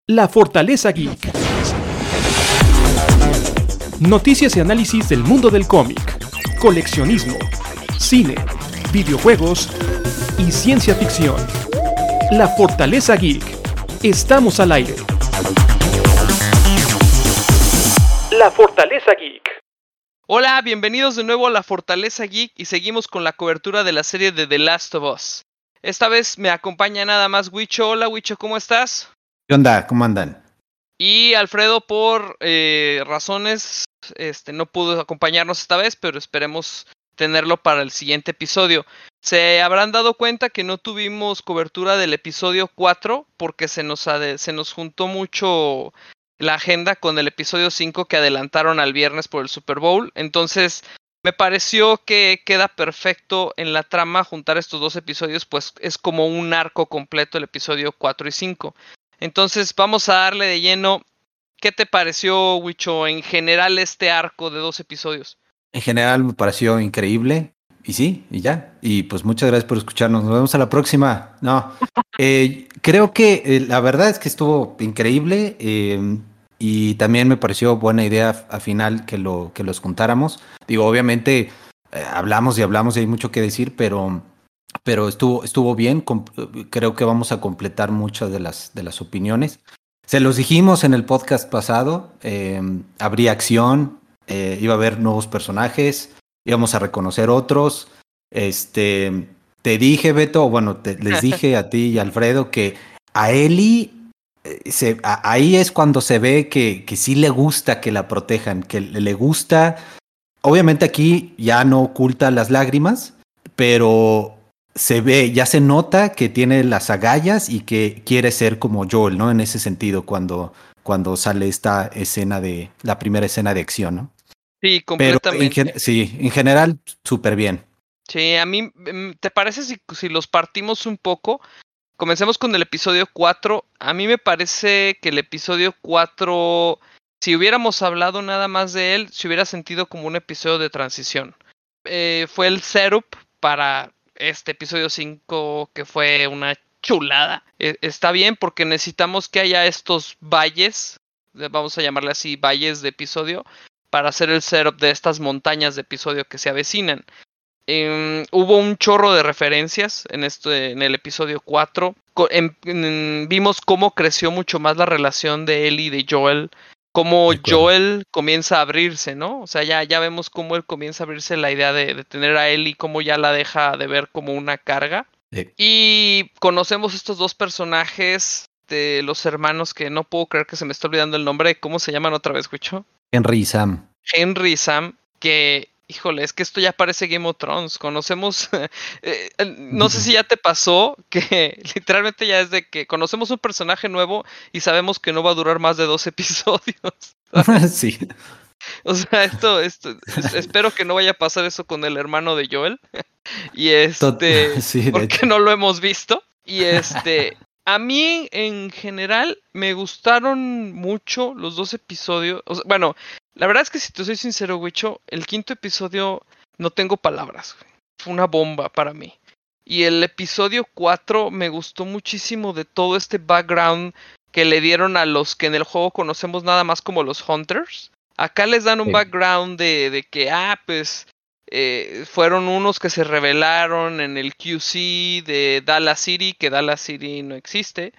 La Fortaleza Geek. Noticias y análisis del mundo del cómic, coleccionismo, cine, videojuegos y ciencia ficción. La Fortaleza Geek. Estamos al aire. La Fortaleza Geek. Hola, bienvenidos de nuevo a La Fortaleza Geek y seguimos con la cobertura de la serie de The Last of Us. Esta vez me acompaña nada más Wicho. Hola Wicho, ¿cómo estás? ¿Qué onda? ¿Cómo andan? Y Alfredo por razones no pudo acompañarnos esta vez, pero esperemos tenerlo para el siguiente episodio. Se habrán dado cuenta que no tuvimos cobertura del episodio 4 porque se nos juntó mucho la agenda con el episodio 5 que adelantaron al viernes por el Super Bowl. Entonces me pareció que queda perfecto en la trama juntar estos dos episodios, pues es como un arco completo el episodio 4 y 5. Entonces vamos a darle de lleno. ¿Qué te pareció, Wicho, en general este arco de 2 episodios? En general me pareció increíble. Y sí, y ya. Y pues muchas gracias por escucharnos. Nos vemos a la próxima. No, creo que la verdad es que estuvo increíble. Y también me pareció buena idea al final que los juntáramos. Digo, obviamente hablamos y hay mucho que decir, pero estuvo bien. Creo que vamos a completar muchas de las opiniones. Se los dijimos en el podcast pasado, habría acción, iba a haber nuevos personajes, íbamos a reconocer otros. Te dije, Beto, bueno, les dije a ti y a Alfredo que a Ellie, ahí es cuando se ve que sí le gusta que la protejan, que le gusta. Obviamente aquí ya no oculta las lágrimas, pero se ve, ya se nota que tiene las agallas y que quiere ser como Joel, ¿no? En ese sentido, cuando sale esta escena la primera escena de acción, ¿no? Sí, completamente. Pero en general, súper bien. Sí, a mí, ¿te parece si los partimos un poco? Comencemos con el episodio 4. A mí me parece que el episodio 4, si hubiéramos hablado nada más de él, se hubiera sentido como un episodio de transición. Fue el setup para este episodio 5, que fue una chulada. Está bien porque necesitamos que haya estos valles, vamos a llamarle así, valles de episodio, para hacer el setup de estas montañas de episodio que se avecinan. Hubo un chorro de referencias en el episodio 4. Vimos cómo creció mucho más la relación de Ellie y de Joel. Cómo Joel comienza a abrirse, ¿no? O sea, ya vemos cómo él comienza a abrirse la idea de tener a Ellie, cómo ya la deja de ver como una carga. Sí. Y conocemos estos dos personajes de los hermanos que no puedo creer que se me está olvidando el nombre. ¿Cómo se llaman otra vez, Wicho? Henry y Sam. Henry y Sam, que... Híjole, es que esto ya parece Game of Thrones. Conocemos, no sé si ya te pasó, que literalmente ya es de que conocemos un personaje nuevo y sabemos que no va a durar más de 2 episodios. Sí. O sea, espero que no vaya a pasar eso con el hermano de Joel. Y Sí, porque hecho. no lo hemos visto. Y a mí en general me gustaron mucho los 2 episodios. O sea, bueno, la verdad es que si te soy sincero, Wicho, el 5º episodio no tengo palabras. Fue una bomba para mí. Y el episodio 4 me gustó muchísimo de todo este background que le dieron a los que en el juego conocemos nada más como los Hunters. Acá les dan un background de que, pues, fueron unos que se rebelaron en el QC de Dallas City, que Dallas City no existe.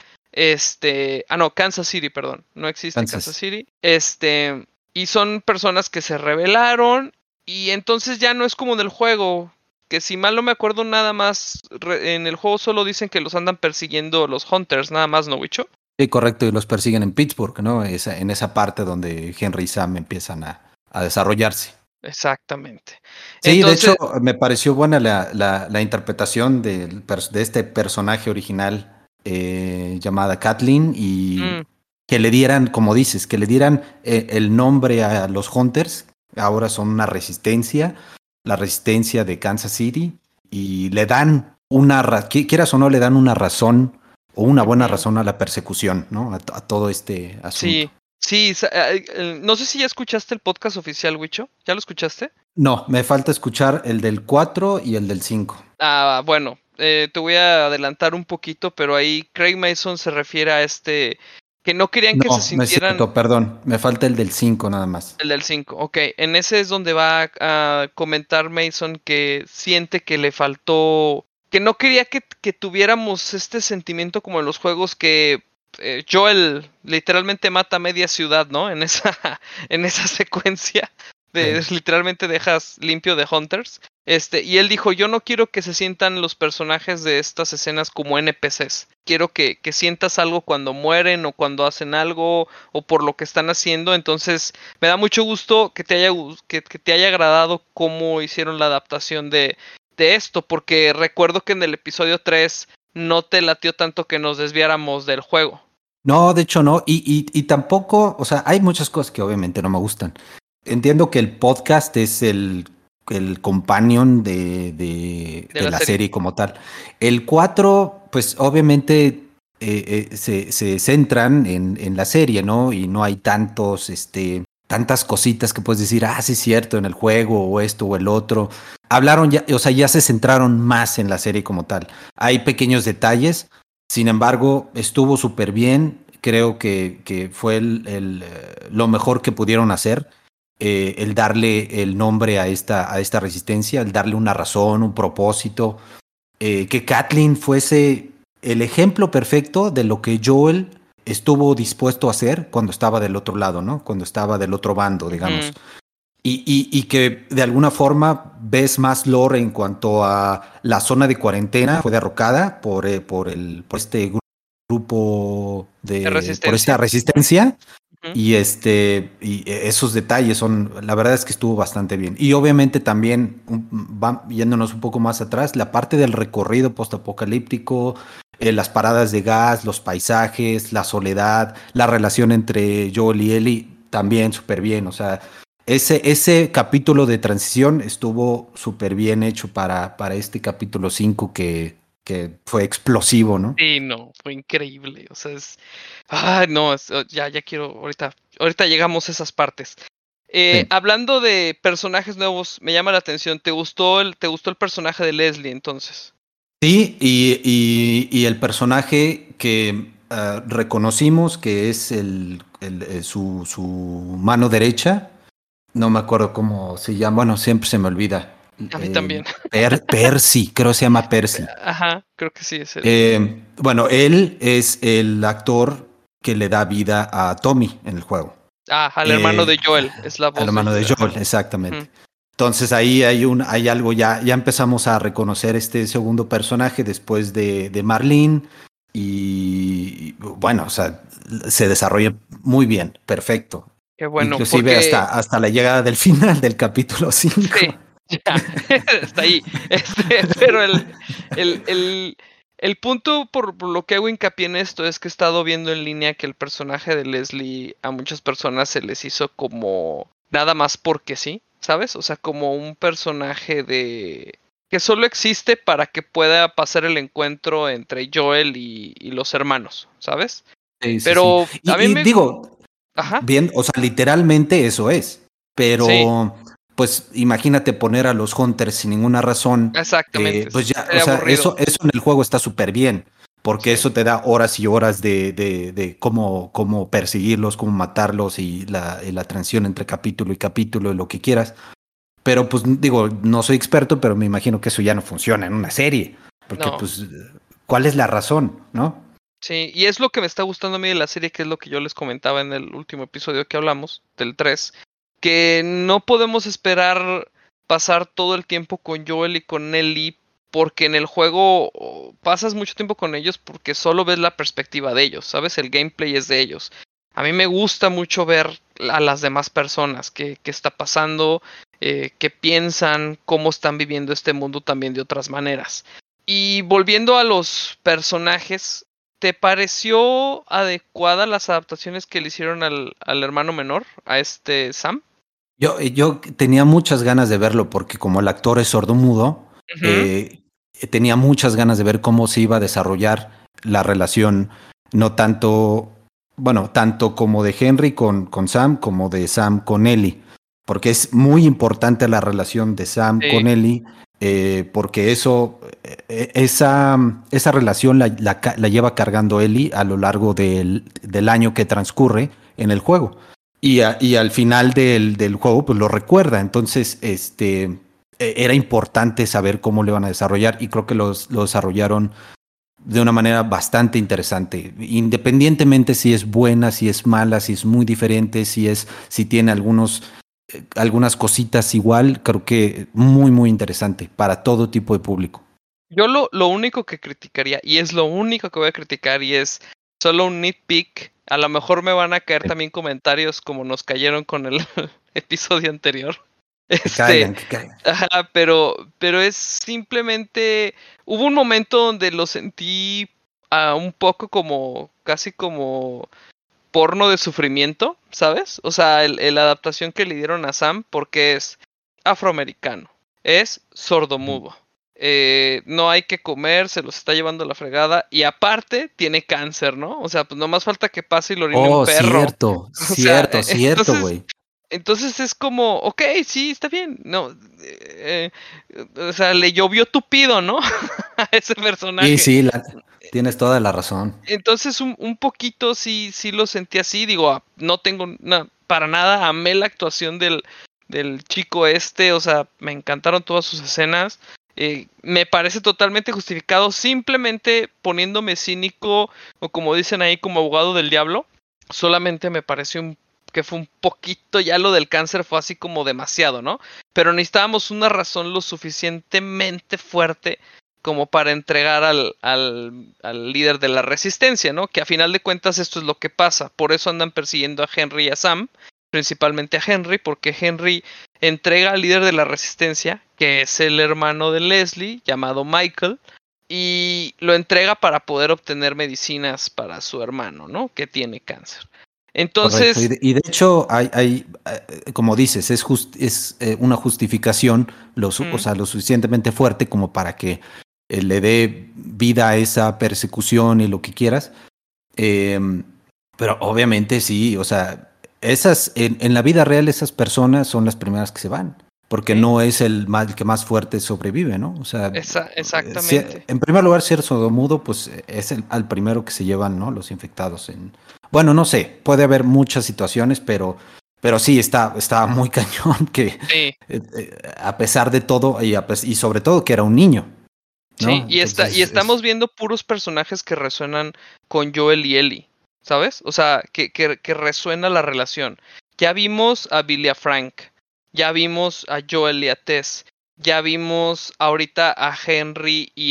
Kansas City, perdón. No existe Kansas City. Y son personas que se rebelaron. Y entonces ya no es como en el juego. Que si mal no me acuerdo nada más. En el juego solo dicen que los andan persiguiendo los Hunters, nada más, ¿no, Wicho? Sí, correcto. Y los persiguen en Pittsburgh, ¿no? En esa parte donde Henry y Sam empiezan a desarrollarse. Exactamente. Sí, entonces, de hecho, me pareció buena la interpretación de este personaje original llamada Kathleen y que le dieran, como dices, que le dieran el nombre a los Hunters. Ahora son una resistencia, la resistencia de Kansas City, y le dan quieras o no, le dan una razón o una buena razón a la persecución, ¿no? A todo este asunto. Sí, no sé si ya escuchaste el podcast oficial, Wicho. ¿Ya lo escuchaste? No, me falta escuchar el del 4 y el del 5. Bueno, te voy a adelantar un poquito, pero ahí Craig Mason se refiere a que no querían que se No, no es sintieran. cierto, perdón. Me falta el del 5 nada más. El del 5, ok. En ese es donde va a comentar Mason que siente que le faltó, que no quería que tuviéramos este sentimiento como en los juegos que Joel literalmente mata a media ciudad, ¿no? En esa, en esa secuencia de literalmente dejas limpio de Hunters. Y él dijo, yo no quiero que se sientan los personajes de estas escenas como NPCs. Quiero que sientas algo cuando mueren o cuando hacen algo o por lo que están haciendo. Entonces me da mucho gusto que te haya agradado cómo hicieron la adaptación de esto, porque recuerdo que en el episodio 3 no te latió tanto que nos desviáramos del juego. No, de hecho no, y tampoco, o sea, hay muchas cosas que obviamente no me gustan. Entiendo que el podcast es el companion de la serie como tal. El 4, pues obviamente se centran en la serie, ¿no? Y no hay tantas cositas que puedes decir, sí es cierto, en el juego, o esto, o el otro. Hablaron ya, o sea, ya se centraron más en la serie como tal. Hay pequeños detalles, sin embargo, estuvo súper bien. Creo que fue lo mejor que pudieron hacer. El darle el nombre a esta resistencia, el darle una razón, un propósito, que Kathleen fuese el ejemplo perfecto de lo que Joel estuvo dispuesto a hacer cuando estaba del otro lado, ¿no? Cuando estaba del otro bando, digamos. Y que de alguna forma ves más lore en cuanto a la zona de cuarentena fue derrocada por este grupo por esta resistencia. Y esos detalles la verdad es que estuvo bastante bien. Y obviamente también, yéndonos un poco más atrás, la parte del recorrido postapocalíptico, las paradas de gas, los paisajes, la soledad, la relación entre Joel y Ellie, también súper bien. O sea, ese capítulo de transición estuvo súper bien hecho para este capítulo 5 que fue explosivo, ¿no? Sí, no, fue increíble. O sea, no, ya quiero, ahorita llegamos a esas partes. Sí. Hablando de personajes nuevos, me llama la atención. ¿Te gustó el personaje de Leslie entonces? Sí, y el personaje que reconocimos que es su mano derecha, no me acuerdo cómo se llama, bueno, siempre se me olvida. A mí también. Percy, creo que se llama Percy. Ajá, creo que sí es él. Bueno, él es el actor que le da vida a Tommy en el juego. Al hermano de Joel, es la voz. Al hermano de Joel, exactamente. Entonces ahí hay algo, ya empezamos a reconocer este segundo personaje después de Marlene y bueno, o sea, se desarrolla muy bien, perfecto. Qué bueno. Inclusive hasta la llegada del final del capítulo 5. Sí, ya, está ahí. Pero el punto por lo que hago hincapié en esto es que he estado viendo en línea que el personaje de Leslie a muchas personas se les hizo como nada más porque sí, ¿sabes? O sea, como un personaje que solo existe para que pueda pasar el encuentro entre Joel y los hermanos, ¿sabes? Sí, pero sí. a mí digo, Ajá. Bien, o sea, literalmente eso es. Pero, sí, pues, imagínate poner a los Hunters sin ninguna razón. Exactamente. Pues ya, o sea, eso en el juego está súper bien. Porque eso te da horas y horas de cómo perseguirlos, cómo matarlos y la transición entre capítulo y capítulo y lo que quieras. Pero, pues, digo, no soy experto, pero me imagino que eso ya no funciona en una serie. Porque, pues, ¿cuál es la razón, no? Sí, y es lo que me está gustando a mí de la serie, que es lo que yo les comentaba en el último episodio que hablamos, del 3, que no podemos esperar pasar todo el tiempo con Joel y con Ellie, porque en el juego pasas mucho tiempo con ellos porque solo ves la perspectiva de ellos, ¿sabes? El gameplay es de ellos. A mí me gusta mucho ver a las demás personas, qué está pasando, qué piensan, cómo están viviendo este mundo también de otras maneras. Y volviendo a los personajes, ¿te pareció adecuada las adaptaciones que le hicieron al hermano menor, a Sam? Yo tenía muchas ganas de verlo porque como el actor es sordomudo, tenía muchas ganas de ver cómo se iba a desarrollar la relación, no tanto como de Henry con Sam, como de Sam con Ellie. porque es muy importante la relación de Sam Sí. con Ellie, porque esa relación la lleva cargando Ellie a lo largo del año que transcurre en el juego. Y al final del juego, pues lo recuerda. Entonces, era importante saber cómo le van a desarrollar, y creo que lo desarrollaron de una manera bastante interesante, independientemente si es buena, si es mala, si es muy diferente, si tiene algunas cositas igual. Creo que muy, muy interesante para todo tipo de público. Yo lo único que criticaría, y es lo único que voy a criticar, y es solo un nitpick, a lo mejor me van a caer también comentarios como nos cayeron con el episodio anterior. Que caigan, que caigan. Ajá, pero es simplemente, hubo un momento donde lo sentí un poco como, casi como porno de sufrimiento, ¿sabes? O sea, la adaptación que le dieron a Sam, porque es afroamericano, es sordomudo, no hay que comer, se los está llevando la fregada, y aparte tiene cáncer, ¿no? O sea, pues no más falta que pase y lo orine un perro. Cierto, O sea, cierto, güey. entonces es como, ok, sí, está bien, no, o sea, le llovió tupido, ¿no? A ese personaje. Sí, tienes toda la razón. Entonces un poquito sí lo sentí así, digo, no tengo para nada, amé la actuación del chico o sea, me encantaron todas sus escenas, me parece totalmente justificado, simplemente poniéndome cínico, o como dicen ahí, como abogado del diablo, solamente me pareció que fue un poquito, ya lo del cáncer fue así como demasiado, ¿no? Pero necesitábamos una razón lo suficientemente fuerte como para entregar al líder de la resistencia, ¿no? Que a final de cuentas esto es lo que pasa. Por eso andan persiguiendo a Henry y a Sam, principalmente a Henry, porque Henry entrega al líder de la resistencia, que es el hermano de Leslie, llamado Michael, y lo entrega para poder obtener medicinas para su hermano, ¿no? Que tiene cáncer. Entonces, correcto. Y de hecho, como dices, es una justificación o sea, lo suficientemente fuerte como para que le dé vida a esa persecución y lo que quieras. Pero obviamente sí, o sea, en la vida real esas personas son las primeras que se van, porque sí, no es el que más fuerte sobrevive, ¿no? O sea, exactamente. en primer lugar, si eres sordomudo, pues es al primero que se llevan, ¿no? Los infectados. Bueno, no sé, puede haber muchas situaciones, pero sí, estaba muy cañón que Sí. A pesar de todo, y sobre todo que era un niño, ¿no? Sí, y Entonces, estamos viendo puros personajes que resuenan con Joel y Ellie, ¿sabes? O sea, que resuena la relación. Ya vimos a Billy a Frank, ya vimos a Joel y a Tess, ya vimos ahorita a Henry y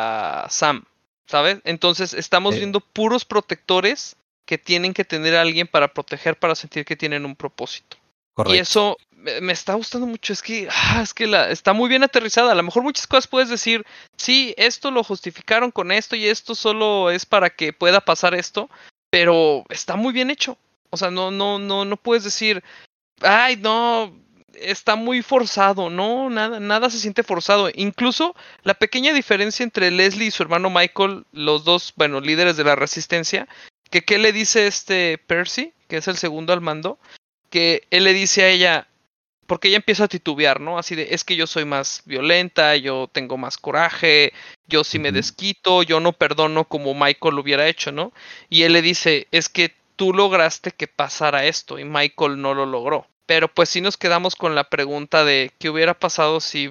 a Sam, ¿sabes? Entonces estamos viendo puros protectores que tienen que tener a alguien para proteger, para sentir que tienen un propósito. Y correcto. eso me está gustando mucho, es que está muy bien aterrizada. A lo mejor muchas cosas puedes decir, sí, esto lo justificaron con esto y esto solo es para que pueda pasar esto, pero está muy bien hecho. O sea, no puedes decir, ay, no, está muy forzado. No, nada se siente forzado. Incluso la pequeña diferencia entre Leslie y su hermano Michael, los dos, bueno, líderes de la resistencia, que qué le dice Percy, que es el segundo al mando, que él le dice a ella, porque ella empieza a titubear, ¿no? Así de, es que yo soy más violenta, yo tengo más coraje, yo sí me desquito, yo no perdono como Michael lo hubiera hecho, ¿no? Y él le dice, es que tú lograste que pasara esto y Michael no lo logró. Pero pues sí nos quedamos con la pregunta de qué hubiera pasado si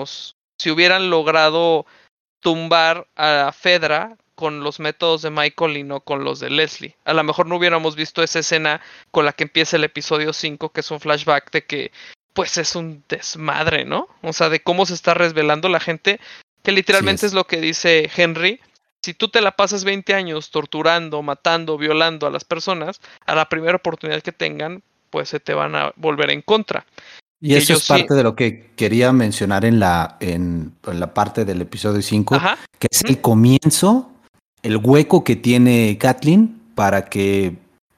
hubieran logrado tumbar a Fedra con los métodos de Michael y no con los de Leslie. A lo mejor no hubiéramos visto esa escena con la que empieza el episodio 5, que es un flashback de que pues es un desmadre, ¿no? O sea, de cómo se está resvelando la gente, que literalmente es lo que dice Henry. Si tú te la pasas 20 años torturando, matando, violando a las personas, a la primera oportunidad que tengan, pues se te van a volver en contra. Y eso es parte de lo que quería mencionar en la parte del episodio 5, Ajá. que es el comienzo, el hueco que tiene Kathleen para que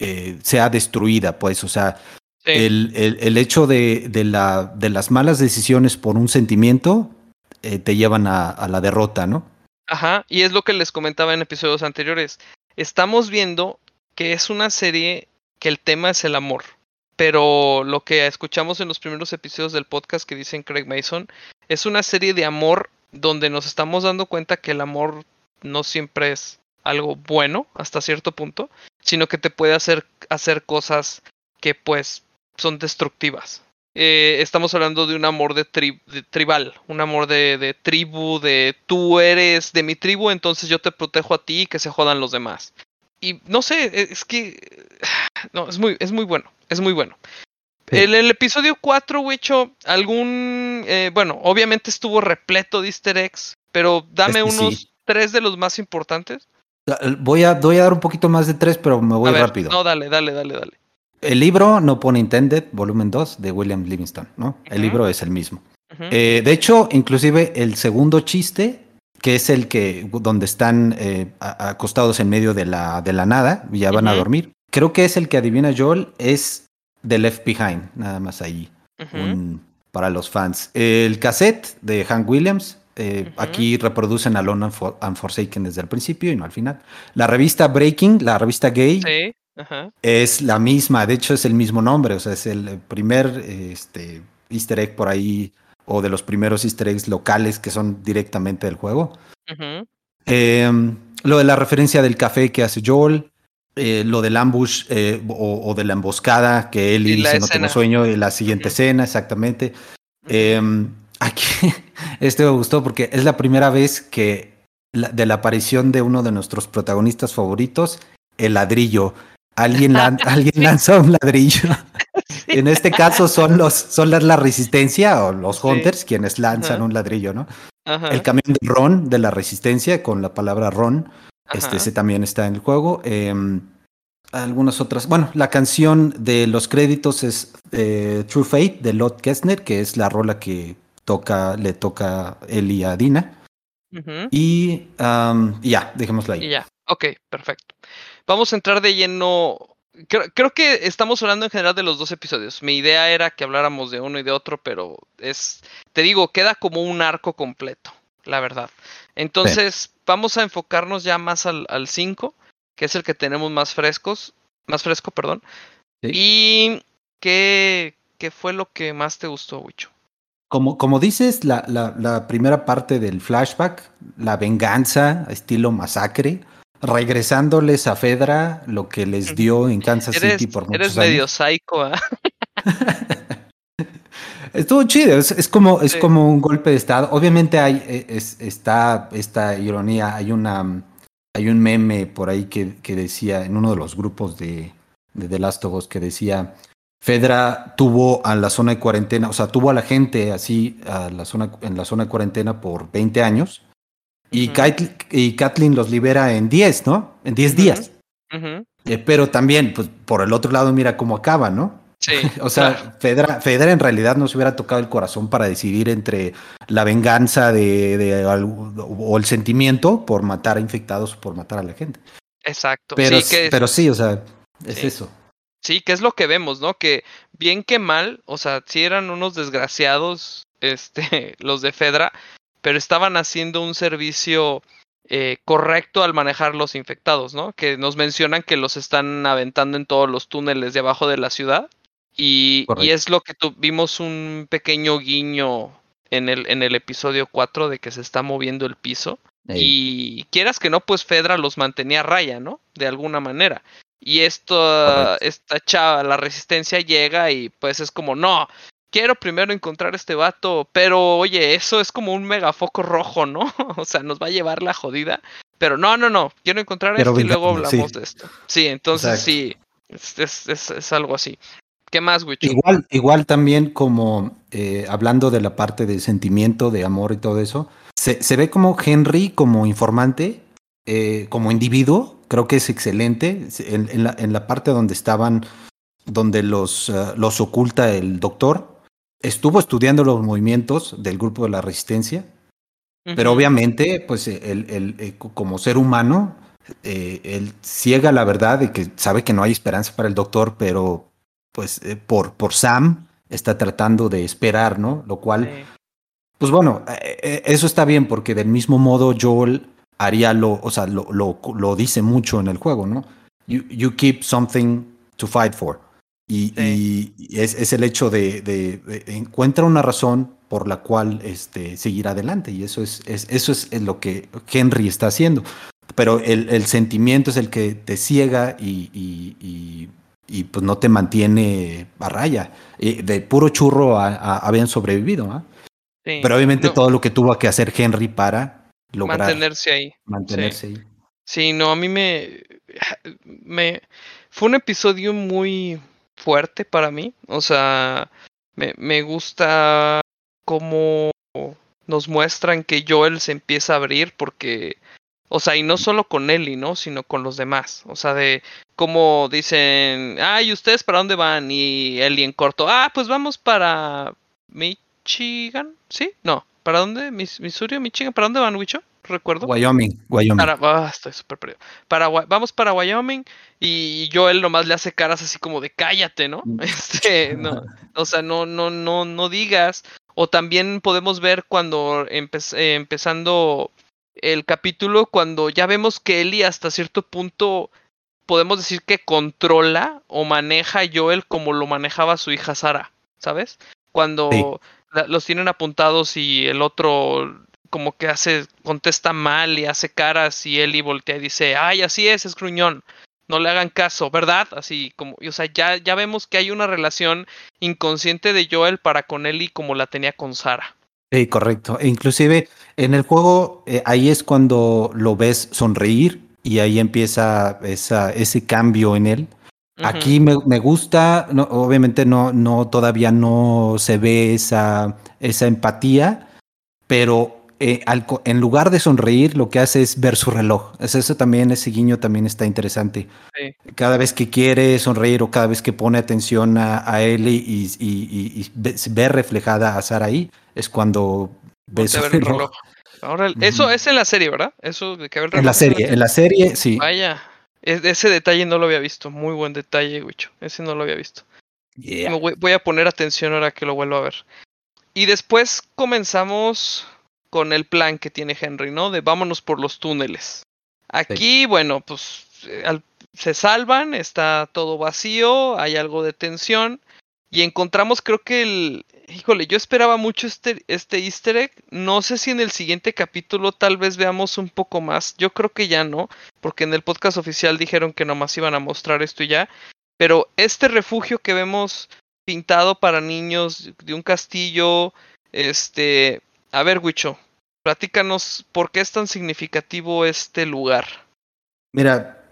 sea destruida, pues, o sea, Sí. el hecho de las malas decisiones por un sentimiento te llevan a la derrota, ¿no? Ajá, y es lo que les comentaba en episodios anteriores. Estamos viendo que es una serie que el tema es el amor, pero lo que escuchamos en los primeros episodios del podcast que dicen Craig Mason es una serie de amor donde nos estamos dando cuenta que el amor no siempre es algo bueno hasta cierto punto, sino que te puede hacer cosas que pues son destructivas. Estamos hablando de un amor de tribal, un amor de tribu, de tú eres de mi tribu, entonces yo te protejo a ti y que se jodan los demás. Y no sé, es que no, es muy bueno, es muy bueno. Sí. El episodio 4, Wicho, bueno, obviamente estuvo repleto de easter eggs, pero dame unos 3 de los más importantes. Voy a dar un poquito más de 3, pero me voy rápido. No, dale. El libro, no pun intended, volumen 2, de William Livingstone, ¿no? El libro es el mismo. De hecho, inclusive el segundo chiste, que es el que donde están acostados en medio de la nada, ya van a dormir. Creo que es el que adivina Joel, es The Left Behind, nada más ahí, para los fans. El cassette de Hank Williams, aquí reproducen Alone and Forsaken desde el principio y no al final. La revista Breaking, la revista gay, sí. Es la misma, de hecho es el mismo nombre, o sea, es el primer easter egg por ahí, o de los primeros easter eggs locales que son directamente del juego. Lo de la referencia del café que hace Joel, lo del ambush o de la emboscada que él dice no tengo sueño, y la siguiente escena, exactamente. Aquí, me gustó porque es la primera vez que de la aparición de uno de nuestros protagonistas favoritos, el ladrillo. Alguien lanza un ladrillo. Sí. En este caso son la resistencia o los hunters quienes lanzan un ladrillo, ¿no? El camión de Ron de la resistencia con la palabra Ron, ese también está en el juego. Algunas otras, bueno, la canción de los créditos es True Fate de Lord Kestner, que es la rola que le toca a él y a Dina. Y ya, dejémoslo ahí. Y ya, ok, perfecto. Vamos a entrar de lleno. Creo que estamos hablando en general de los 2 episodios. Mi idea era que habláramos de uno y de otro, pero te digo, queda como un arco completo, la verdad. Entonces, vamos a enfocarnos ya más al 5, que es el que tenemos más fresco, perdón. Sí. ¿Y qué fue lo que más te gustó, Wicho? Como dices, la primera parte del flashback, la venganza, estilo masacre, regresándoles a Fedra lo que les dio en Kansas City por muchos años. Eres medio psycho, ¿eh? Estuvo chido, es como un golpe de estado. Obviamente está esta ironía, hay un meme por ahí que decía, en uno de los grupos de The Last of Us, que decía, Fedra tuvo a la zona de cuarentena, o sea, tuvo a la gente así en la zona de cuarentena por 20 años. Y Kathleen los libera en 10, ¿no? En 10 días. Pero también, pues, por el otro lado, mira cómo acaba, ¿no? Sí. O sea, claro. Fedra en realidad no se hubiera tocado el corazón para decidir entre la venganza o el sentimiento por matar a infectados o por matar a la gente. Exacto. Pero sí, o sea, es eso. Sí, que es lo que vemos, ¿no? Que bien que mal, o sea, sí eran unos desgraciados, los de Fedra, pero estaban haciendo un servicio correcto al manejar los infectados, ¿no? Que nos mencionan que los están aventando en todos los túneles de abajo de la ciudad. Y es lo que tuvimos un pequeño guiño en el episodio 4 de que se está moviendo el piso. Y quieras que no, pues Fedra los mantenía a raya, ¿no? De alguna manera. Y esta chava, la resistencia llega y pues es como, no, quiero primero encontrar a este vato, pero oye, eso es como un megafoco rojo, ¿no? O sea, nos va a llevar la jodida. Pero no, quiero encontrar esto y luego hablamos de esto. Sí, entonces sí, es algo así. ¿Qué más, Wicho? Igual también como hablando de la parte de sentimiento, de amor y todo eso, se ve como Henry, como informante, como individuo, creo que es excelente. En la parte donde los oculta el doctor, estuvo estudiando los movimientos del grupo de la resistencia, pero obviamente, pues, él como ser humano, él ciega la verdad de que sabe que no hay esperanza para el doctor, pero pues por Sam está tratando de esperar, ¿no? Lo cual, pues bueno, eso está bien, porque del mismo modo Joel haría lo dice mucho en el juego, ¿no? You keep something to fight for. Y es el hecho de encuentra una razón por la cual seguir adelante. Y eso es lo que Henry está haciendo. Pero el sentimiento es el que te ciega y pues no te mantiene a raya. De puro churro habían sobrevivido, ¿ah? Sí, Pero obviamente no, todo lo que tuvo que hacer Henry para lograr mantenerse ahí. mantenerse ahí. Sí, no, a mí fue un episodio muy fuerte para mí. O sea, me gusta cómo nos muestran que Joel se empieza a abrir porque, o sea, y no solo con Ellie, ¿no? Sino con los demás. O sea, de cómo dicen, ¿y ustedes para dónde van? Y Ellie en corto, pues vamos para Michigan, ¿sí? No, ¿para dónde? Missouri, Michigan, ¿para dónde van, Wicho? Recuerdo. Wyoming. Estoy súper perdido. Vamos para Wyoming y Joel nomás le hace caras así como de cállate, ¿no? No, o sea, no digas. O también podemos ver cuando empezando el capítulo, cuando ya vemos que Ellie hasta cierto punto podemos decir que controla o maneja a Joel como lo manejaba su hija Sara, ¿sabes? Sí. Cuando los tienen apuntados y el otro como que contesta mal y hace caras y Ellie voltea y dice, así es gruñón, no le hagan caso, ¿verdad? Así como, o sea, ya vemos que hay una relación inconsciente de Joel para con Ellie como la tenía con Sara. Sí, correcto. E inclusive en el juego, ahí es cuando lo ves sonreír y ahí empieza ese cambio en él. Aquí me gusta, no, obviamente no, todavía no se ve esa empatía, pero en lugar de sonreír, lo que hace es ver su reloj. Eso también, ese guiño también está interesante. Sí. Cada vez que quiere sonreír o cada vez que pone atención a Ellie y ve reflejada a Sara ahí, es cuando ve su Voltea a ver el reloj. reloj. Ahora, eso es en la serie, ¿verdad? Eso de que ve el En reloj la es en la serie, serie. sí. Vaya, ese detalle no lo había visto. Muy buen detalle, Wicho. Ese no lo había visto. Yeah. Voy a poner atención ahora que lo vuelvo a ver. Y después comenzamos con el plan que tiene Henry, ¿no? De vámonos por los túneles. Aquí, bueno, pues se salvan, está todo vacío, hay algo de tensión. Y encontramos, creo que híjole, yo esperaba mucho este easter egg. No sé si en el siguiente capítulo tal vez veamos un poco más. Yo creo que ya no, porque en el podcast oficial dijeron que nomás iban a mostrar esto y ya. Pero este refugio que vemos pintado para niños de un castillo, a ver, Wicho, platícanos por qué es tan significativo este lugar. Mira,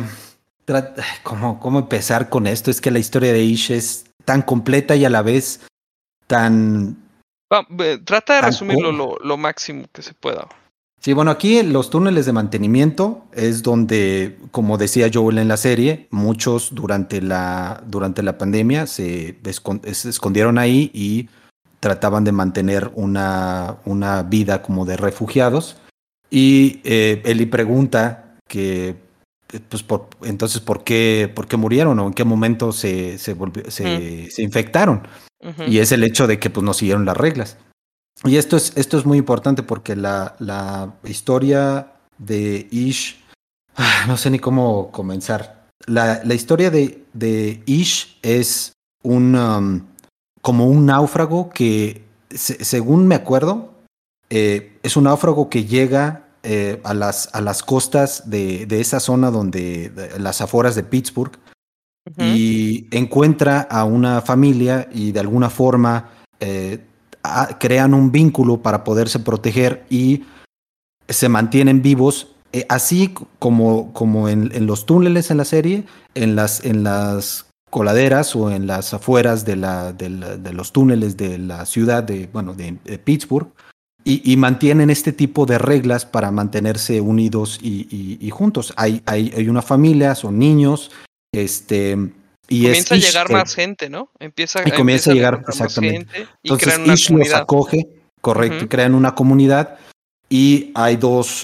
¿cómo empezar con esto? Es que la historia de Ish es tan completa y a la vez tan... Trata de resumirlo lo máximo que se pueda. Sí, bueno, aquí en los túneles de mantenimiento es donde, como decía Joel en la serie, muchos durante la pandemia se escondieron ahí y trataban de mantener una vida como de refugiados. Y Ellie pregunta que, pues, entonces, ¿por qué murieron o en qué momento se infectaron? Y es el hecho de que pues, no siguieron las reglas. Y esto es muy importante porque la historia de Ish, no sé ni cómo comenzar. La historia de Ish es como un náufrago que, según me acuerdo, es un náufrago que llega a las costas de esa zona de las afueras de Pittsburgh y encuentra a una familia y de alguna forma crean un vínculo para poderse proteger y se mantienen vivos, así como en los túneles en la serie, en las coladeras o en las afueras de los túneles de la ciudad de Pittsburgh, y mantienen este tipo de reglas para mantenerse unidos y juntos. Hay una familia, son niños, y comienza a Ish, llegar más gente, ¿no? comienza a llegar encontrar más exactamente. gente y Entonces crean una Ish los comunidad. acoge, correcto, y crean una comunidad y hay dos,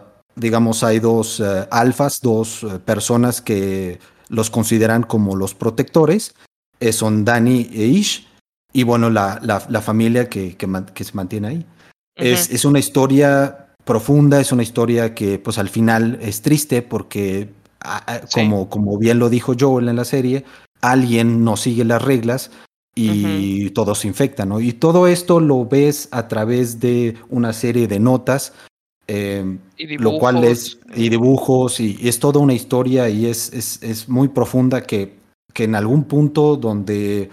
alfas, dos personas que los consideran como los protectores, son Danny e Ish, y bueno, la familia que se mantiene ahí. Es una historia profunda, es una historia que pues al final es triste porque, como bien lo dijo Joel en la serie, alguien no sigue las reglas y todos se infectan, ¿no? Y todo esto lo ves a través de una serie de notas, Y lo cual dibujos. y dibujos, y es toda una historia y es muy profunda que en algún punto donde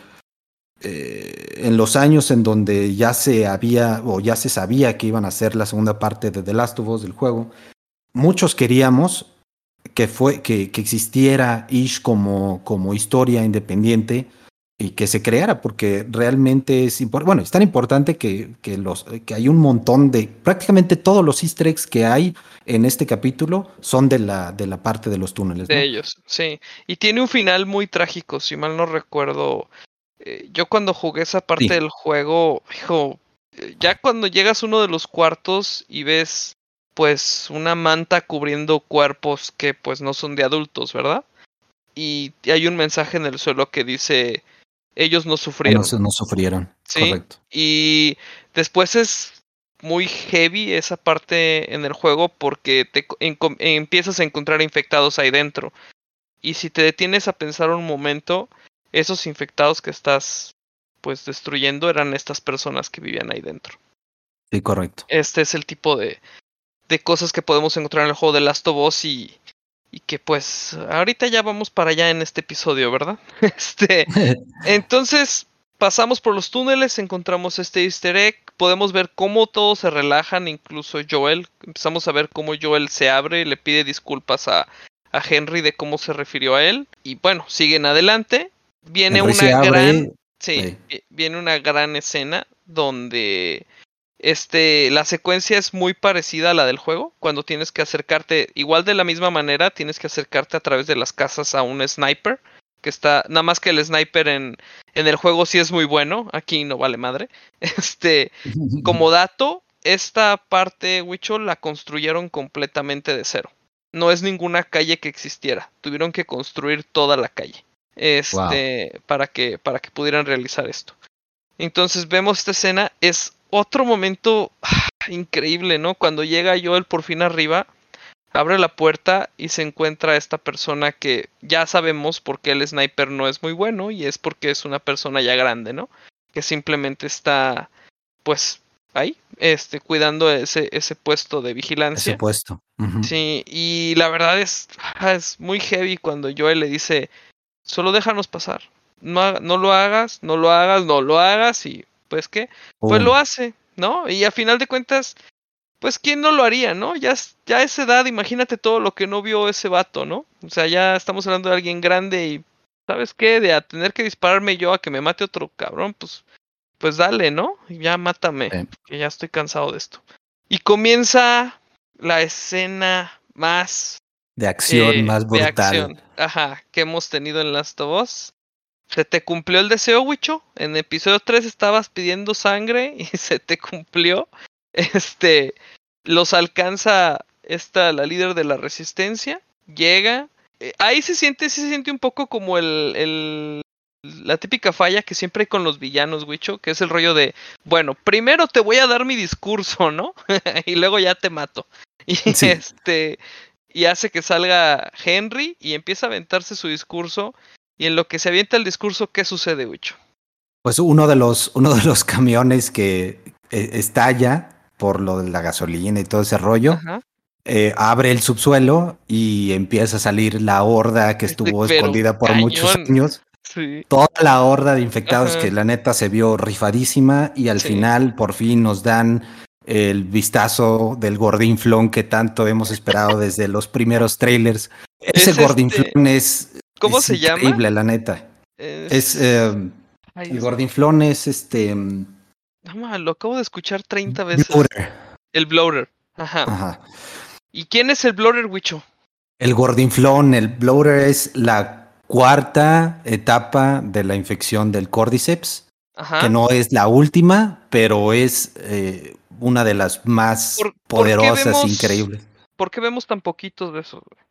en los años en donde ya se había o ya se sabía que iban a hacer la segunda parte de The Last of Us del juego, muchos queríamos que existiera Ish como historia independiente y que se creara, porque realmente es importante. Bueno, es tan importante que hay un montón de, prácticamente todos los easter eggs que hay en este capítulo son de la parte de los túneles, De ¿no? ellos, sí. Y tiene un final muy trágico, si mal no recuerdo. Yo cuando jugué esa parte Sí, del juego, hijo, ya cuando llegas a uno de los cuartos y ves pues una manta cubriendo cuerpos que pues no son de adultos, ¿verdad? Y hay un mensaje en el suelo que dice, ellos no sufrieron, no sufrieron, ¿sí? correcto. Y después es muy heavy esa parte en el juego porque empiezas a encontrar infectados ahí dentro. Y si te detienes a pensar un momento, esos infectados que estás pues destruyendo eran estas personas que vivían ahí dentro. Sí, correcto. Este es el tipo de cosas que podemos encontrar en el juego de Last of Us y que pues ahorita ya vamos para allá en este episodio, ¿verdad? Entonces pasamos por los túneles, encontramos este easter egg, podemos ver cómo todos se relajan, incluso Joel, empezamos a ver cómo Joel se abre y le pide disculpas a Henry de cómo se refirió a él, y bueno, siguen adelante, viene Henry se una gran, abre. sí, viene una gran escena donde la secuencia es muy parecida a la del juego, cuando tienes que acercarte, igual de la misma manera, tienes que acercarte a través de las casas a un sniper, que está, nada más que el sniper en el juego sí es muy bueno, aquí no vale madre. Como dato, esta parte, Wicho, la construyeron completamente de cero. No es ninguna calle que existiera, tuvieron que construir toda la calle, Wow. para que pudieran realizar esto. Entonces vemos esta escena, es otro momento increíble, ¿no? Cuando llega Joel por fin arriba, abre la puerta y se encuentra a esta persona que ya sabemos por qué el sniper no es muy bueno y es porque es una persona ya grande, ¿no? Que simplemente está, pues, ahí, cuidando ese puesto de Ese vigilancia. puesto. Ujú. Sí, y la verdad es muy heavy cuando Joel le dice, solo déjanos pasar. No lo hagas, no lo hagas, no lo hagas. Y pues qué, pues lo Pum. hace, ¿no? Y a final de cuentas, pues quién no lo haría, ¿no? Ya a esa edad, imagínate todo lo que no vio ese vato, ¿no? O sea, ya estamos hablando de alguien grande y, ¿sabes qué? De a tener que dispararme yo a que me mate otro cabrón, pues dale, ¿no? Y ya mátame, que ya estoy cansado de esto. Y comienza la escena más De acción más de brutal. acción, ajá, que hemos tenido en Last of Us. ¿Se te cumplió el deseo, Wicho? En episodio 3 estabas pidiendo sangre y se te cumplió. Este, los alcanza la líder de la resistencia, llega. Ahí sí se siente un poco como la típica falla que siempre hay con los villanos, Wicho, que es el rollo de, bueno, primero te voy a dar mi discurso, ¿no? Y luego ya te mato. Y Sí. y hace que salga Henry y empieza a aventarse su discurso. Y en lo que se avienta el discurso, ¿qué sucede, Wicho? Pues uno de los camiones que estalla por lo de la gasolina y todo ese rollo, Ajá. abre el subsuelo y empieza a salir la horda que estuvo Pero escondida por muchos cañón. años. Sí. Toda la horda de infectados que Ajá. la neta se vio rifadísima y al Sí. final por fin nos dan el vistazo del gordinflón que tanto hemos esperado desde los primeros trailers. Ese Es gordinflón ¿cómo es se llama? increíble, la neta. Es Es. Ay, el Dios mío. gordinflón es No, lo acabo de escuchar 30 veces. bloater. El bloater. Ajá. Ajá. ¿Y quién es el bloater, Wicho? El gordinflón, el bloater es la cuarta etapa de la infección del Cordyceps, que Ajá. no es la última, pero es una de las más ¿Por qué poderosas, increíbles. por qué vemos tan poquitos de esos, güey?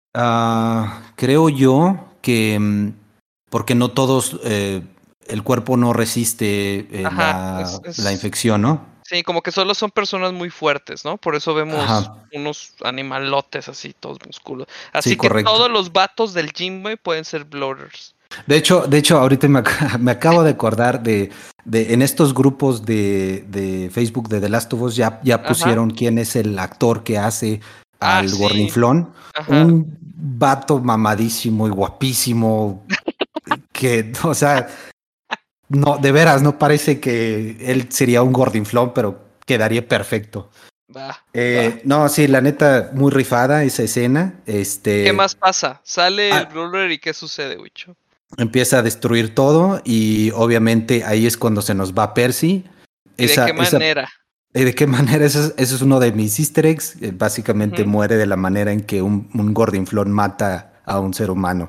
Creo yo que porque no todos, el cuerpo no resiste Ajá. la infección, ¿no? Sí, como que solo son personas muy fuertes, ¿no? Por eso vemos Ajá, unos animalotes así, todos musculosos. sí, Así que correcto. todos los vatos del gym, güey, pueden ser bloaters. De hecho, ahorita me acabo de acordar en estos grupos de Facebook de The Last of Us ya Ajá. pusieron quién es el actor que hace Ah, al sí. Gordinflón. Ajá. Un vato mamadísimo y guapísimo que, o sea, no, de veras, no parece que él sería un Gordinflón, pero quedaría perfecto. Va. No, sí, la neta, muy rifada esa escena. ¿Qué más pasa? Sale el Ah, Brawler y ¿qué sucede, Wicho? empieza a destruir todo y obviamente ahí es cuando se nos va Percy. ¿Y de qué Esa, manera? ¿de qué manera? Eso es uno de mis easter eggs. Básicamente Ujú. muere de la manera en que un Gordinflón mata a un ser humano.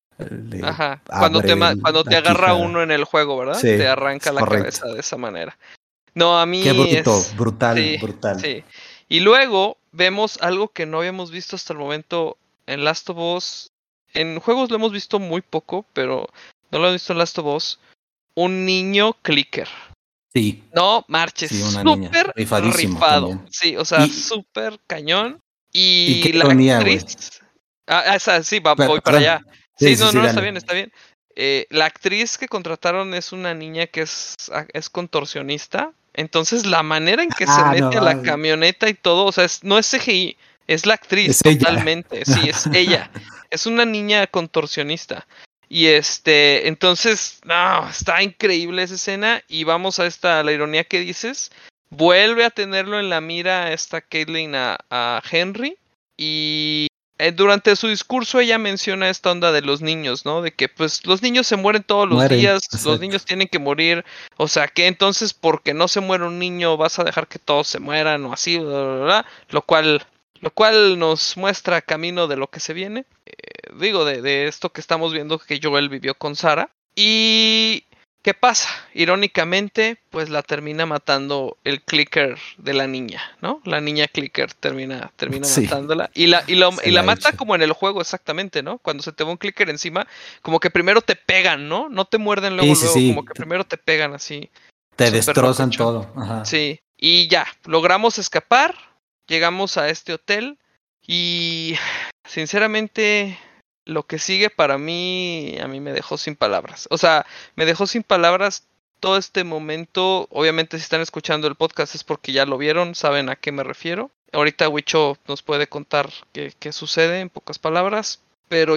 Le Ajá. abre Cuando te la agarra quijada. uno en el juego, ¿verdad? Sí, Te es arranca la correcto. cabeza de esa manera. No, a Qué mí bruto, es... brutal, Sí, brutal. sí. Y luego vemos algo que no habíamos visto hasta el momento en Last of Us. En juegos lo hemos visto muy poco, pero no lo hemos visto en Last of Us. Un niño clicker. Sí, No marches, sí, una niña. súper Rifadísimo rifado. también. Sí, o sea, Y, súper cañón. y qué Y la ironía, güey. actriz. Esa, sí, voy para Perdón. allá. Sí, Sí, sí, no, sí, no, está dale. bien, está bien. La actriz que contrataron es una niña que es contorsionista. Entonces, la manera en que se Ah, mete a la no, camioneta y todo, o sea, no es CGI, es la actriz es ella. totalmente. Sí, es ella. Es una niña contorsionista. Y entonces, no, está increíble esa escena. Y vamos a la ironía que dices. Vuelve a tenerlo en la mira esta Caitlyn a Henry. Y durante su discurso ella menciona esta onda de los niños, ¿no? De que pues los niños se mueren todos los Mueren, días, los exacto. niños tienen que morir. O sea que entonces porque no se muere un niño vas a dejar que todos se mueran o así, bla, bla, bla, lo cual nos muestra camino de lo que se viene. Digo, de esto que estamos viendo que Joel vivió con Sara. Y ¿qué pasa? Irónicamente, pues la termina matando el clicker de la niña, ¿no? La niña clicker termina Sí, matándola. Y la la mata echa. como en el juego, exactamente, ¿no? Cuando se te va un clicker encima, como que primero te pegan, ¿no? No te muerden luego, Sí, sí, luego, como sí. que primero te pegan así, Te súper destrozan locochón. todo. Ajá. Sí, y ya, logramos escapar, llegamos a este hotel y sinceramente lo que sigue para mí, a mí me dejó sin palabras. O sea, me dejó sin palabras todo este momento. Obviamente si están escuchando el podcast es porque ya lo vieron, saben a qué me refiero. Ahorita Wicho nos puede contar qué sucede en pocas palabras, pero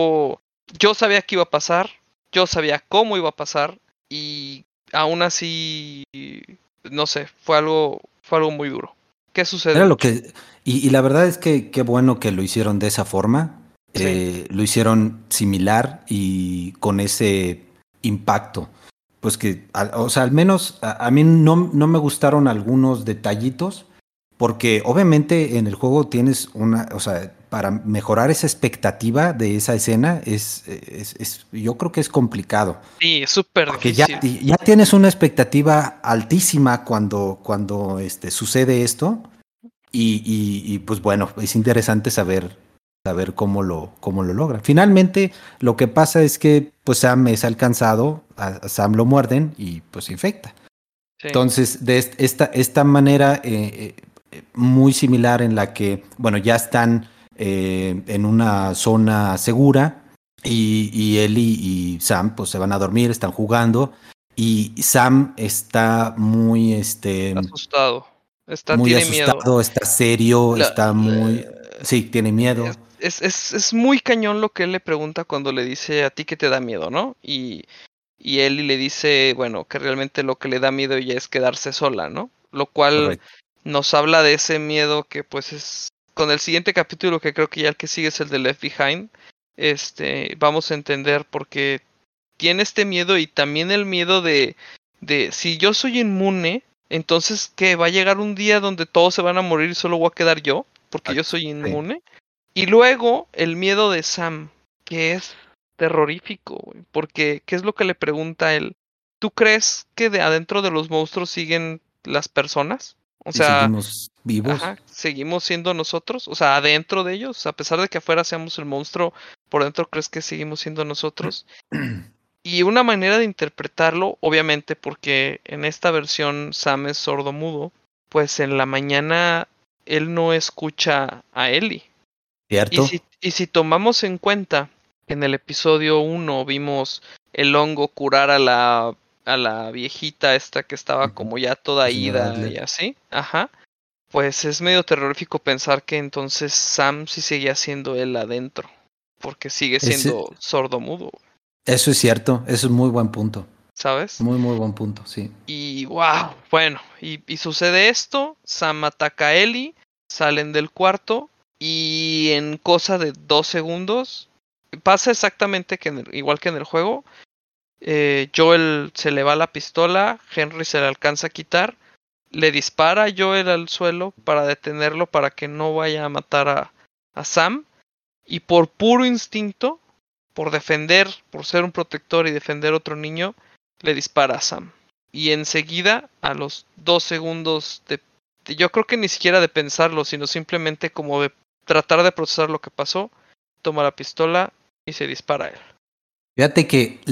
yo sabía que iba a pasar, yo sabía cómo iba a pasar y aún así no sé, fue algo muy duro. ¿Qué sucede, Era lo Wicho? que. Y la verdad es que qué bueno que lo hicieron de esa forma. Sí, Lo hicieron similar y con ese impacto. Pues que, o sea, al menos a mí no me gustaron algunos detallitos, porque obviamente en el juego tienes o sea, para mejorar esa expectativa de esa escena yo creo que es complicado. sí, es súper Porque ya, difícil. ya tienes una expectativa altísima cuando sucede esto. Y, pues bueno, es interesante saber cómo lo logra. Finalmente, lo que pasa es que pues Sam es alcanzado, a Sam lo muerden y pues se infecta. Sí. Entonces, de esta manera muy similar en la que, bueno, ya están en una zona segura y Ellie y Sam pues se van a dormir, están jugando y Sam está Asustado. muy Tiene miedo. asustado, está serio, La- está muy... la- Sí, tiene es, miedo. es muy cañón lo que él le pregunta cuando le dice a ti que te da miedo, ¿no? Y él le dice, bueno, que realmente lo que le da miedo ya es quedarse sola, ¿no? Lo cual Correcto. nos habla de ese miedo que pues es con el siguiente capítulo, que creo que ya el que sigue es el de Left Behind. Vamos a entender por qué tiene este miedo y también el miedo de si yo soy inmune, entonces ¿qué? Va a llegar un día donde todos se van a morir y solo voy a quedar yo, porque yo Exacto. soy Sí. inmune. Y luego el miedo de Sam, que es terrorífico, güey, porque ¿qué es lo que le pregunta a él? ¿Tú crees que de adentro de los monstruos siguen las personas? O Y sea, seguimos vivos. ajá, seguimos siendo nosotros, o sea, adentro de ellos, a pesar de que afuera seamos el monstruo, por dentro crees que seguimos siendo nosotros. Y una manera de interpretarlo, obviamente, porque en esta versión Sam es sordo-mudo, pues en la mañana él no escucha a Ellie. Y ¿Cierto? si tomamos en cuenta En el episodio 1 vimos el hongo curar a la viejita esta que estaba como ya toda La señora ida Adler. y así. Ajá. Pues es medio terrorífico pensar que entonces Sam sí seguía siendo él adentro. Porque sigue Ese- siendo sordomudo, Eso es cierto, eso es muy buen punto. ¿sabes? Muy, muy buen punto, sí. Y wow, bueno, y sucede esto, Sam ataca a Ellie, salen del cuarto y en cosa de 2 segundos pasa exactamente igual que en el juego. Joel se le va la pistola, Henry se la alcanza a quitar, le dispara a Joel al suelo para detenerlo para que no vaya a matar a Sam y por puro instinto, por defender, por ser un protector y defender a otro niño, le dispara a Sam. Y enseguida, a los 2 segundos yo creo que ni siquiera de pensarlo, sino simplemente como de tratar de procesar lo que pasó, toma la pistola y se dispara a él. Fíjate que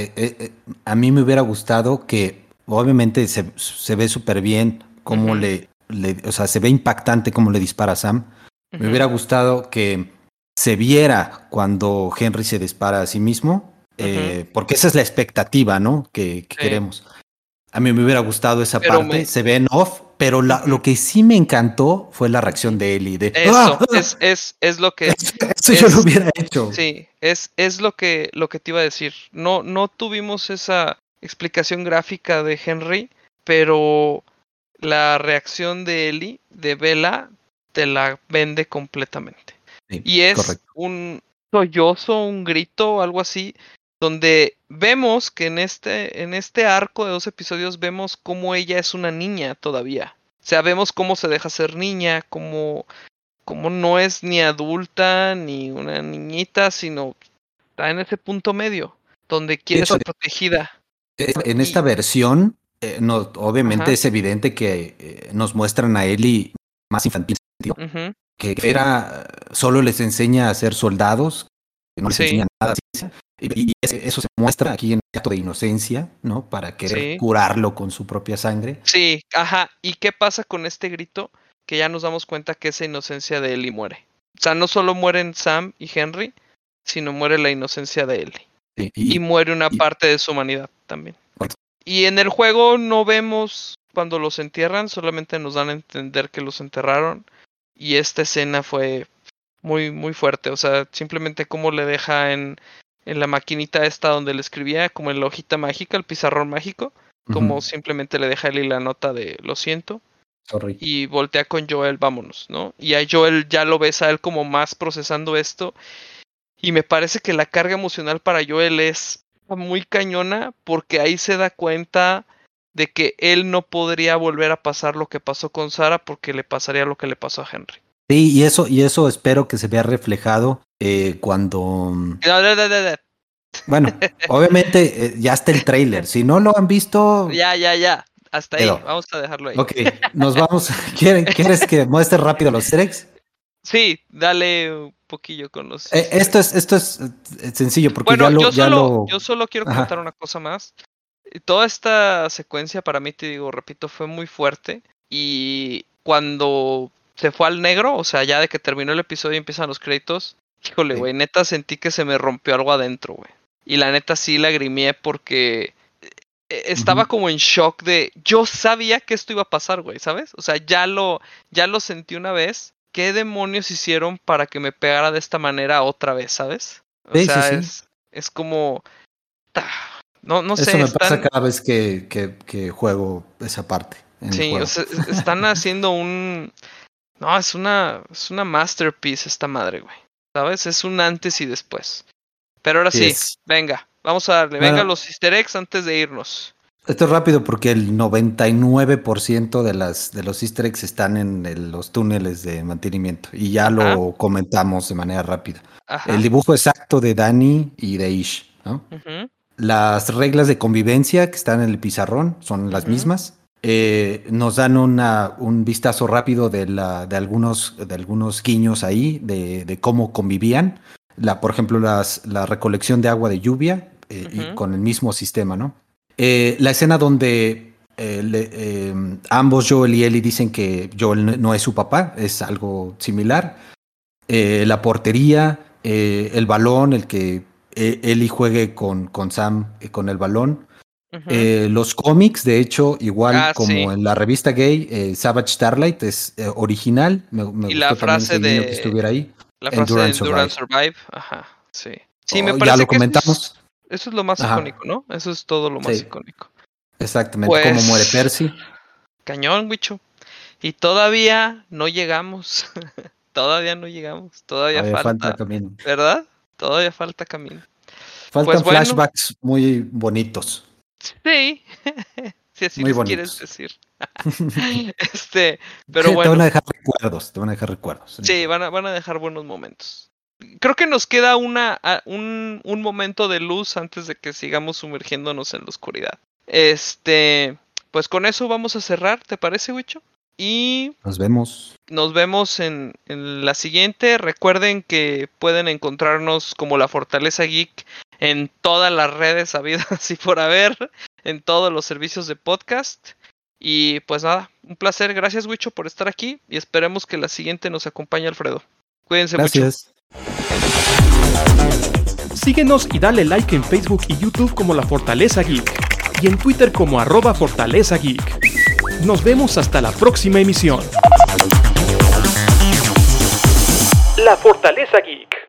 a mí me hubiera gustado que, obviamente, se ve súper bien cómo Ujú, o sea, se ve impactante cómo le dispara a Sam. Me ujú, hubiera gustado que se viera cuando Henry se dispara a sí mismo, ujú, porque esa es la expectativa, ¿no? Que sí. queremos. A mí me hubiera gustado esa Pero parte, se ve en off, pero ujú, lo que sí me encantó fue la reacción ujú. de Ellie, de ¡Ah! Eso, ¡Ah! es lo que Eso yo lo es. hubiera hecho. Sí, es lo que te iba a decir. No tuvimos esa explicación gráfica de Henry, pero la reacción de Ellie, de Bella, te la vende completamente. Sí, Y es correcto. un sollozo, un grito, algo así, donde vemos que en este arco de 2 episodios vemos cómo ella es una niña todavía. O sea, vemos cómo se deja ser niña, cómo no es ni adulta ni una niñita, sino está en ese punto medio, donde De quiere hecho, ser protegida. en esta Y, versión, no, obviamente ajá, es evidente que nos muestran a Ellie más infantil, sentido, ujú, que sí, era solo les enseña a ser soldados, que no les sí, enseña nada. Eso se muestra aquí en el acto de inocencia, ¿no? Para querer sí, curarlo con su propia sangre. sí, ajá. ¿Y qué pasa con este grito? Que ya nos damos cuenta que esa inocencia de Ellie muere. O sea, no solo mueren Sam y Henry, sino muere la inocencia de Ellie. Sí, Y muere una y- parte de su humanidad también. pues, Y en el juego no vemos cuando los entierran, solamente nos dan a entender que los enterraron. Y esta escena fue muy, muy fuerte. O sea, simplemente como le deja en la maquinita esta donde le escribía, como en la hojita mágica, el pizarrón mágico, ujú, como simplemente le deja a Ellie la nota de lo siento. sorry. Y voltea con Joel, vámonos, ¿no? Y a Joel ya lo ves a él como más procesando esto. Y me parece que la carga emocional para Joel es muy cañona porque ahí se da cuenta de que él no podría volver a pasar lo que pasó con Sarah porque le pasaría lo que le pasó a Henry. Sí, y eso espero que se vea reflejado cuando, bueno, obviamente ya está el tráiler. Si no lo han visto, Ya. Hasta ahí. quedó. Vamos a dejarlo ahí. Ok, nos vamos. ¿Quieres que muestre rápido los easter? Sí, dale un poquillo con los easter Esto eggs. es, sencillo porque Bueno, yo ya solo, lo. yo solo quiero comentar Ajá. una cosa más. Toda esta secuencia para mí, te digo, repito, fue muy fuerte. Y cuando se fue al negro, o sea, ya de que terminó el episodio y empiezan los créditos, híjole, Sí. güey, neta sentí que se me rompió algo adentro, güey. Y la neta sí lagrimeé porque estaba Ujú. como en shock de, yo sabía que esto iba a pasar, güey, ¿sabes? O sea, ya lo sentí una vez. ¿Qué demonios hicieron para que me pegara de esta manera otra vez, ¿sabes? O Sí, sí, sea, sí. es como, no Eso sé, me pasa están, cada vez que juego esa parte en el sí, o juego. sea, están haciendo no, es una masterpiece esta madre, güey. ¿Sabes? Es un antes y después. Pero ahora Sí sí, es. venga, vamos a darle, venga Bueno, los easter eggs antes de irnos. esto es rápido porque el 99% de los easter eggs están en los túneles de mantenimiento y ya Ajá, lo comentamos de manera rápida. El ajá, dibujo exacto de Danny y de Ish, ¿no? ujú, Las reglas de convivencia que están en el pizarrón son las ujú, mismas. Nos dan un vistazo rápido de algunos guiños ahí, de cómo convivían. Por ejemplo, la recolección de agua de lluvia y ujú, con el mismo sistema, ¿no? La escena donde ambos, Joel y Ellie, dicen que Joel no es su papá, es algo similar. La portería, el balón, el que Ellie juegue con Sam con el balón. Los cómics, de hecho, igual como en la revista gay, Savage Starlight es original. Me y gustó la frase también que estuviera ahí. La frase de Endurance Survive. Ajá, sí. Sí, me parece ya lo que comentamos. Eso es lo más icónico, ¿no? Eso es todo lo más icónico. Exactamente, pues, como muere Percy. Cañón, Wicho. Y todavía no llegamos. Todavía no llegamos. Todavía falta camino. ¿Verdad? Todavía falta camino. Faltan flashbacks muy bonitos. Sí. Si así muy les quieres decir. Pero bueno. Te van a dejar recuerdos. Sí, van a dejar buenos momentos. Creo que nos queda un momento de luz antes de que sigamos sumergiéndonos en la oscuridad. Pues con eso vamos a cerrar, ¿te parece, Wicho? Y nos vemos. Nos vemos en la siguiente. Recuerden que pueden encontrarnos como La Fortaleza Geek en todas las redes habidas y por haber, en todos los servicios de podcast. Y pues nada, un placer. Gracias, Wicho, por estar aquí. Y esperemos que la siguiente nos acompañe Alfredo. Cuídense mucho. Gracias. Síguenos y dale like en Facebook y YouTube como La Fortaleza Geek. Y en Twitter como @Fortaleza Geek. Nos vemos hasta la próxima emisión. La Fortaleza Geek.